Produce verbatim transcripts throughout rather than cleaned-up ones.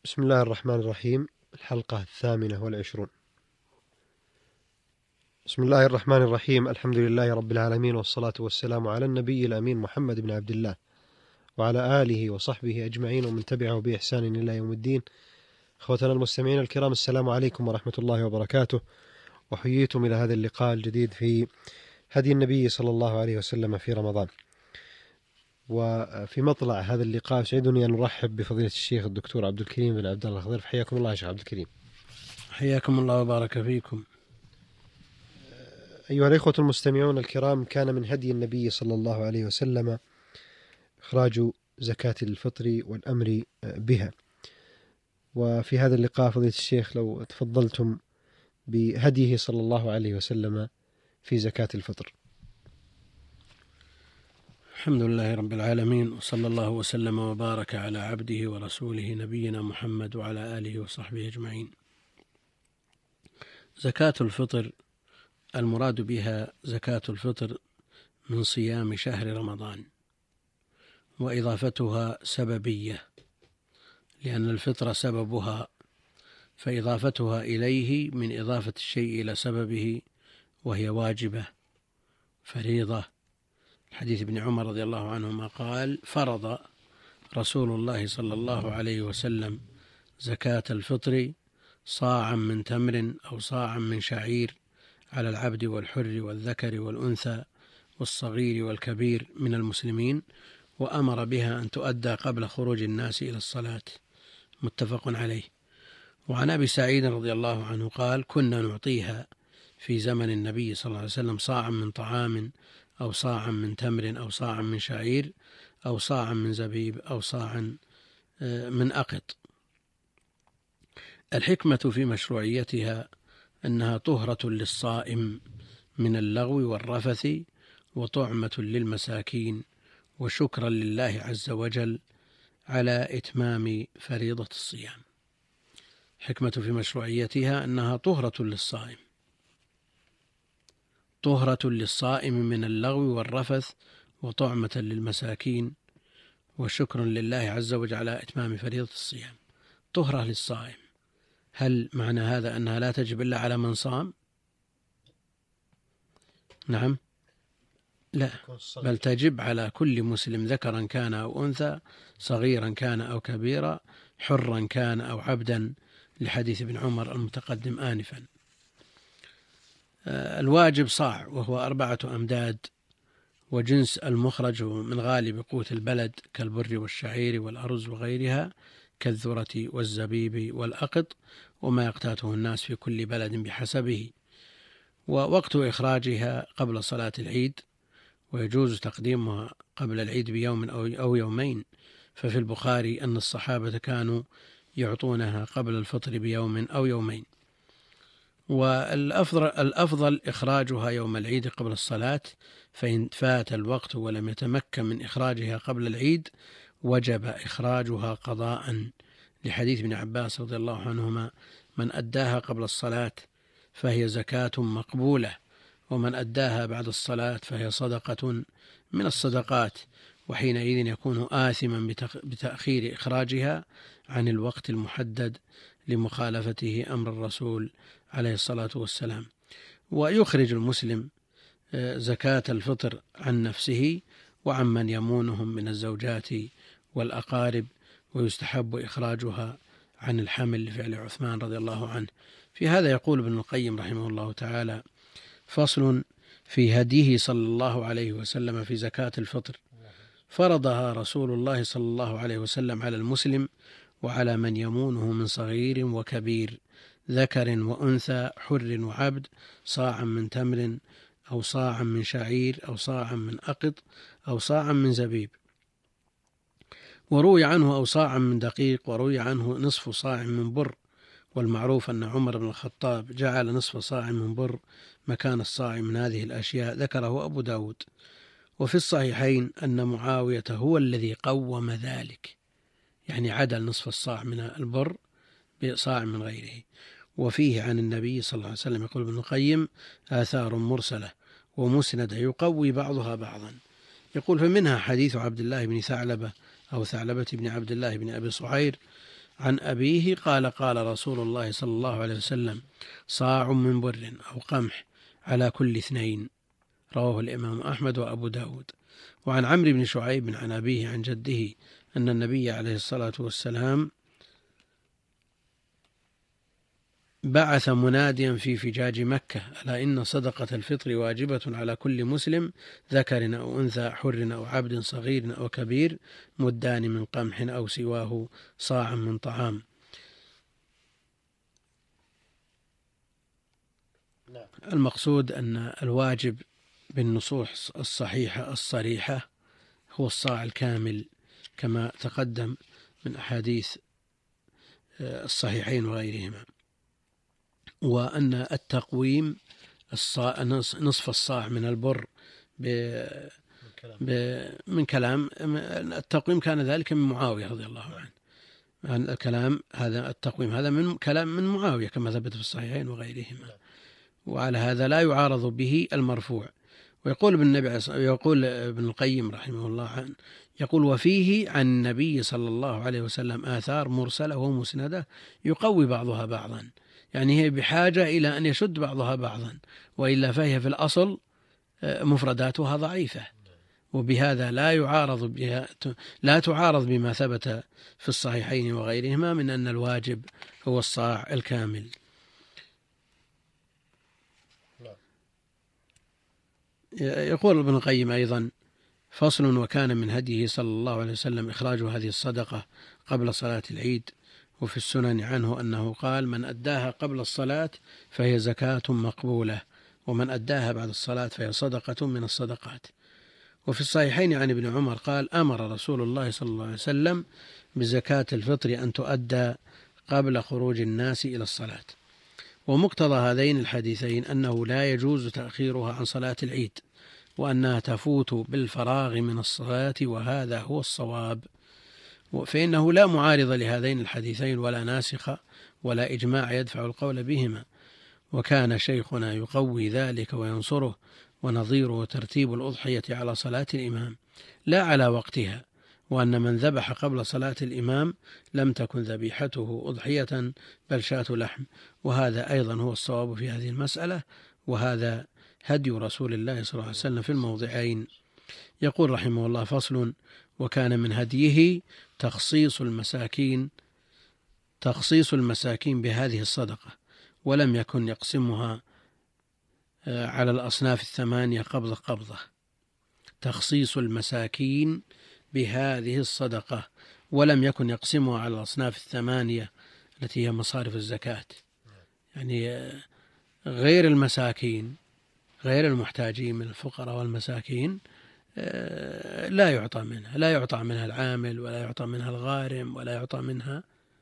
بسم الله الرحمن الرحيم. الحلقة الثامنة والعشرون. بسم الله الرحمن الرحيم. الحمد لله رب العالمين، والصلاة والسلام على النبي الأمين محمد بن عبد الله وعلى آله وصحبه أجمعين ومن تبعه بإحسان إلى يوم الدين. أخوتنا المستمعين الكرام، السلام عليكم ورحمة الله وبركاته، وحييتم إلى هذا اللقاء الجديد في هدي النبي صلى الله عليه وسلم في رمضان. وفي مطلع هذا اللقاء سعدني أن نرحب بفضيلة الشيخ الدكتور عبد الكريم بن عبد الله الخضر. حياكم الله يا شيخ عبد الكريم. حياكم الله وبارك فيكم. أيها الإخوة المستمعون الكرام، كان من هدي النبي صلى الله عليه وسلم إخراج زكاة الفطر والأمر بها. وفي هذا اللقاء فضيلة الشيخ لو تفضلتم بهديه صلى الله عليه وسلم في زكاة الفطر. الحمد لله رب العالمين، وصلى الله وسلم وبارك على عبده ورسوله نبينا محمد وعلى آله وصحبه أجمعين. زكاة الفطر المراد بها زكاة الفطر من صيام شهر رمضان، وإضافتها سببية لأن الفطر سببها، فإضافتها إليه من إضافة الشيء إلى سببه، وهي واجبة فريضة. حديث ابن عمر رضي الله عنهما قال: فرض رسول الله صلى الله عليه وسلم زكاة الفطر صاعا من تمر أو صاعا من شعير على العبد والحر والذكر والأنثى والصغير والكبير من المسلمين، وأمر بها أن تؤدى قبل خروج الناس إلى الصلاة. متفق عليه. وعن أبي سعيد رضي الله عنه قال: كنا نعطيها في زمن النبي صلى الله عليه وسلم صاعا من طعام أو صاعا من تمر أو صاعا من شعير أو صاعا من زبيب أو صاعا من أقط. الحكمة في مشروعيتها أنها طهرة للصائم من اللغو والرفث، وطعمة للمساكين، وشكرا لله عز وجل على إتمام فريضة الصيام. حكمة في مشروعيتها أنها طهرة للصائم طهرة للصائم من اللغو والرفث، وطعمة للمساكين، وشكر لله عز وجل على إتمام فريضة الصيام. طهرة للصائم، هل معنى هذا أنها لا تجب إلا على من صام؟ نعم، لا، بل تجب على كل مسلم ذكرا كان أو أنثى، صغيرا كان أو كبيرا، حرا كان أو عبدا، لحديث ابن عمر المتقدم آنفا. الواجب صاع، وهو أربعة أمداد، وجنس المخرج من غالب قوت البلد كالبر والشعير والأرز وغيرها، كالذرة والزبيب والأقط، وما يقتاته الناس في كل بلد بحسبه. ووقت إخراجها قبل صلاة العيد، ويجوز تقديمها قبل العيد بيوم أو يومين، ففي البخاري أن الصحابة كانوا يعطونها قبل الفطر بيوم أو يومين. والأفضل الأفضل إخراجها يوم العيد قبل الصلاة، فإن فات الوقت ولم يتمكن من إخراجها قبل العيد وجب إخراجها قضاء، لحديث ابن عباس رضي الله عنهما: من أداها قبل الصلاة فهي زكاة مقبولة، ومن أداها بعد الصلاة فهي صدقة من الصدقات، وحينئذ يكون آثما بتأخير إخراجها عن الوقت المحدد لمخالفته أمر الرسول عليه الصلاة والسلام. ويخرج المسلم زكاة الفطر عن نفسه وعن من يمونهم من الزوجات والأقارب، ويستحب إخراجها عن الحمل لفعل عثمان رضي الله عنه. في هذا يقول ابن القيم رحمه الله تعالى: فصل في هديه صلى الله عليه وسلم في زكاة الفطر. فرضها رسول الله صلى الله عليه وسلم على المسلم وعلى من يمونه من صغير وكبير، ذكر وأنثى، حر وعبد، صاعا من تمر أو صاعا من شعير أو صاعا من أقط أو صاعا من زبيب. وروي عنه أو صاعا من دقيق، وروي عنه نصف صاع من بر. والمعروف أن عمر بن الخطاب جعل نصف صاع من بر مكان الصاع من هذه الأشياء، ذكره أبو داود. وفي الصحيحين أن معاوية هو الذي قوم ذلك، يعني عدل نصف الصاع من البر بصاع من غيره. وفيه عن النبي صلى الله عليه وسلم، يقول ابن القيم: آثار مرسلة ومسندة يقوي بعضها بعضا. يقول: فمنها حديث عبد الله بن ثعلبة أو ثعلبة بن عبد الله بن أبي صعير عن أبيه قال قال رسول الله صلى الله عليه وسلم صاع من بر أو قمح على كل اثنين، رواه الإمام أحمد وأبو داود. وعن عمرو بن شعيب عن أبيه عن جده أن النبي عليه الصلاة والسلام بعث مناديا في فجاج مكة ألا إن صدقة الفطر واجبة على كل مسلم ذكر أو أنثى حر أو عبد صغير أو كبير مدان من قمح أو سواه صاعا من طعام. المقصود أن الواجب بالنصوص الصحيحة الصريحة هو الصاع الكامل كما تقدم من أحاديث الصحيحين وغيرهما، وأن التقويم نصف الصاع من البر من كلام التقويم كان ذلك من معاوية رضي الله عنه. الكلام هذا التقويم هذا من كلام من معاوية كما ثبت في الصحيحين وغيرهما، وعلى هذا لا يعارض به المرفوع. ويقول ابن النبي يقول ابن القيم رحمه الله عنه يقول وفيه عن النبي صلى الله عليه وسلم آثار مرسلة ومسندة يقوي بعضها بعضا، يعني هي بحاجة إلى أن يشد بعضها بعضا، وإلا فهي في الأصل مفرداتها ضعيفة، وبهذا لا يعارض بها لا تعارض بما ثبت في الصحيحين وغيرهما من أن الواجب هو الصاع الكامل. يقول ابن القيم أيضا فصل وكان من هديه صلى الله عليه وسلم إخراج هذه الصدقة قبل صلاة العيد. وفي السنن عنه أنه قال من أداها قبل الصلاة فهي زكاة مقبولة، ومن أداها بعد الصلاة فهي صدقة من الصدقات. وفي الصحيحين عن ابن عمر قال أمر رسول الله صلى الله عليه وسلم بزكاة الفطر أن تؤدى قبل خروج الناس إلى الصلاة. ومقتضى هذين الحديثين أنه لا يجوز تأخيرها عن صلاة العيد، وأنها تفوت بالفراغ من الصلاة، وهذا هو الصواب، فإنه لا معارض لهذين الحديثين ولا ناسخ ولا إجماع يدفع القول بهما. وكان شيخنا يقوي ذلك وينصره، ونظيره ترتيب الأضحية على صلاة الإمام لا على وقتها، وأن من ذبح قبل صلاة الإمام لم تكن ذبيحته أضحية بل شاة لحم، وهذا أيضا هو الصواب في هذه المسألة، وهذا هدي رسول الله صلى الله عليه وسلم في الموضعين. يقول رحمه الله فصل وكان من هديه تخصيص المساكين تخصيص المساكين بهذه الصدقة، ولم يكن يقسمها على الأصناف الثمانية قبضة قبضة. تخصيص المساكين بهذه الصدقة ولم يكن يقسمها على الأصناف الثمانية التي هي مصارف الزكاة، يعني غير المساكين غير المحتاجين من الفقراء والمساكين لا يعطى منها لا يعطى منها العامل، ولا يعطى منها الغارم، ولا يعطى منها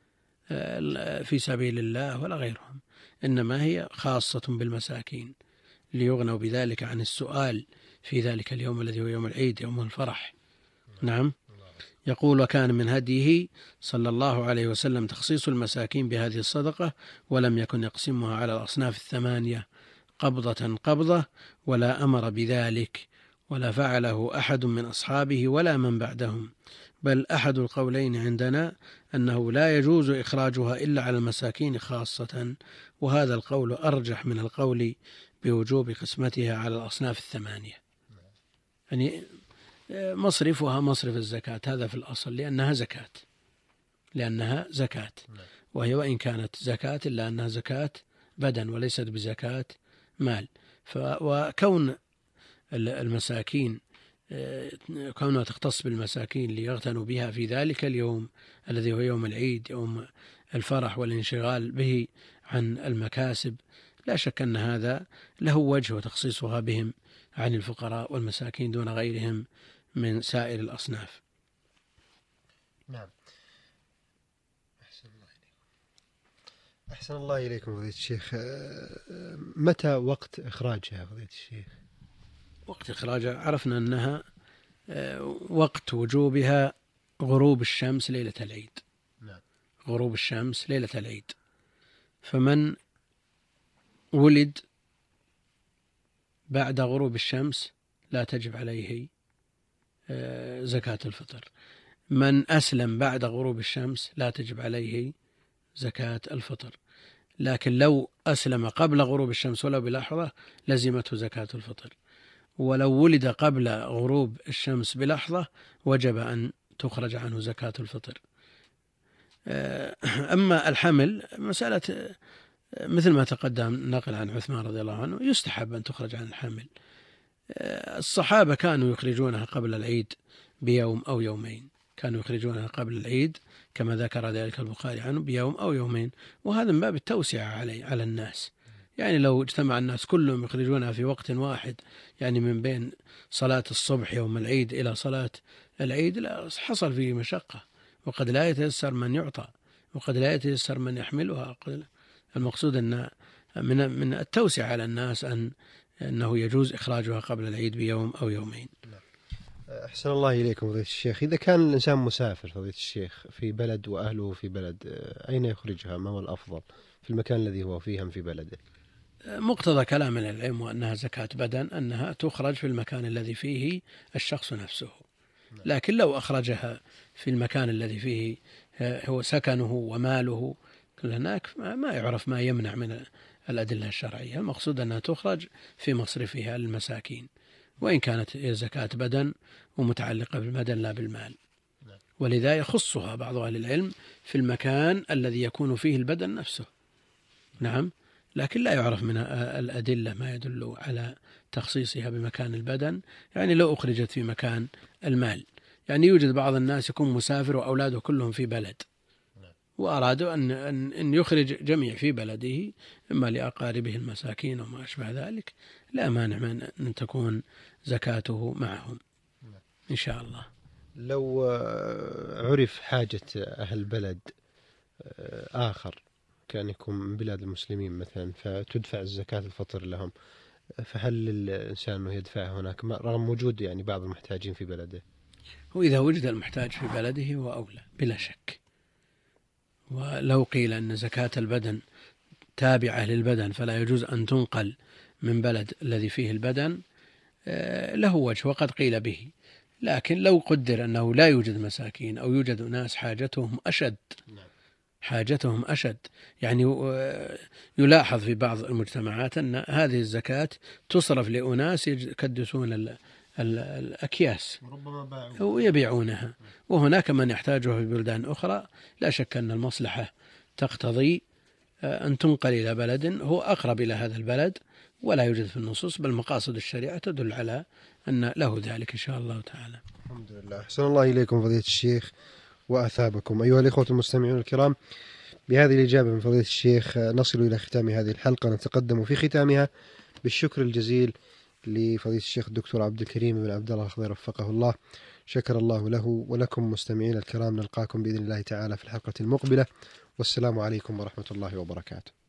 في سبيل الله ولا غيرهم، إنما هي خاصة بالمساكين ليغنوا بذلك عن السؤال في ذلك اليوم الذي هو يوم العيد يوم الفرح. نعم. يقول وكان من هديه صلى الله عليه وسلم تخصيص المساكين بهذه الصدقة، ولم يكن يقسمها على الأصناف الثمانية قبضة قبضة، ولا أمر بذلك، ولا فعله أحد من أصحابه ولا من بعدهم، بل أحد القولين عندنا أنه لا يجوز إخراجها إلا على المساكين خاصة، وهذا القول أرجح من القول بوجوب قسمتها على الأصناف الثمانية، يعني مصرفها مصرف الزكاة، هذا في الأصل لأنها زكاة لأنها زكاة وهي وإن كانت زكاة إلا أنها زكاة بدن وليست بزكاة مال. وكون المساكين كونها تختص بالمساكين ليغتنوا بها في ذلك اليوم الذي هو يوم العيد يوم الفرح والانشغال به عن المكاسب، لا شك أن هذا له وجه، وتخصيصها بهم عن الفقراء والمساكين دون غيرهم من سائر الأصناف. نعم. أحسن الله إليكم أحسن الله إليكم فضيلة الشيخ. متى وقت إخراجها فضيلة الشيخ؟ وقت إخراجها عرفنا أنها وقت وجوبها غروب الشمس ليلة العيد. نعم. غروب الشمس ليلة العيد، فمن ولد بعد غروب الشمس لا تجب عليه زكاة الفطر. من أسلم بعد غروب الشمس لا تجب عليه زكاة الفطر، لكن لو أسلم قبل غروب الشمس ولو بلحظة لزمته زكاة الفطر، ولو ولد قبل غروب الشمس بلحظة وجب أن تخرج عنه زكاة الفطر. أما الحمل مسألة مثل ما تقدم نقل عن عثمان رضي الله عنه، يستحب أن تخرج عن الحمل. الصحابة كانوا يخرجونها قبل العيد بيوم أو يومين، كانوا يخرجونها قبل العيد كما ذكر ذلك البخاري عنه بيوم أو يومين، وهذا من باب التوسعة علي على الناس. يعني لو اجتمع الناس كلهم يخرجونها في وقت واحد، يعني من بين صلاة الصبح يوم العيد إلى صلاة العيد، لا حصل فيه مشقة، وقد لا يتيسر من يعطى، وقد لا يتيسر من يحملها. المقصود أن من من التوسعة على الناس أن أنه يجوز إخراجها قبل العيد بيوم أو يومين. أحسن الله إليكم فضيلة الشيخ. إذا كان الإنسان مسافر فضيلة الشيخ في بلد وأهله في بلد، أين يخرجها؟ ما هو الأفضل، في المكان الذي هو فيه أم في بلده؟ مقتضى كلام العلم وأنها زكاة بدن أنها تخرج في المكان الذي فيه الشخص نفسه، لكن لو أخرجها في المكان الذي فيه هو سكنه وماله هناك ما يعرف ما يمنع من الأدلة الشرعية. المقصود أنها تخرج في مصرفها للمساكين، وإن كانت زكاة بدن ومتعلقة بالبدن لا بالمال، ولذا يخصها بعض أهل العلم في المكان الذي يكون فيه البدن نفسه. نعم، لكن لا يعرف من الأدلة ما يدل على تخصيصها بمكان البدن. يعني لو أخرجت في مكان المال، يعني يوجد بعض الناس يكون مسافر وأولاده كلهم في بلد، وأرادوا أن أن يخرج جميع في بلده إما لأقاربه المساكين وما أشبه ذلك، لا مانع من أن تكون زكاته معهم إن شاء الله. لو عرف حاجة أهل بلد آخر كان يكون من بلاد المسلمين مثلا فتدفع الزكاة الفطر لهم، فهل الإنسان أنه يدفع هناك رغم وجود يعني بعض المحتاجين في بلده؟ وإذا وجد المحتاج في بلده هو أولى بلا شك. ولو قيل أن زكاة البدن تابعة للبدن فلا يجوز أن تنقل من بلد الذي فيه البدن له وجه وقد قيل به، لكن لو قدر أنه لا يوجد مساكين أو يوجد ناس حاجتهم أشد حاجتهم أشد، يعني يلاحظ في بعض المجتمعات أن هذه الزكاة تصرف لأناس يكدسون الأكياس ويبيعونها، وهناك من يحتاجها في بلدان أخرى. لا شك أن المصلحة تقتضي أن تنقل إلى بلد هو أقرب إلى هذا البلد، ولا يوجد في النصوص بل مقاصد الشريعة تدل على أن له ذلك إن شاء الله تعالى. الحمد لله. أحسن الله إليكم فضيلة الشيخ وأثابكم. أيها الإخوة المستمعون الكرام، بهذه الإجابة من فضيلة الشيخ نصل إلى ختام هذه الحلقة. نتقدم في ختامها بالشكر الجزيل لفضيلة الشيخ الدكتور عبد الكريم بن عبد الله الخضير وفقه الله. شكر الله له ولكم مستمعين الكرام. نلقاكم بإذن الله تعالى في الحلقة المقبلة، والسلام عليكم ورحمة الله وبركاته.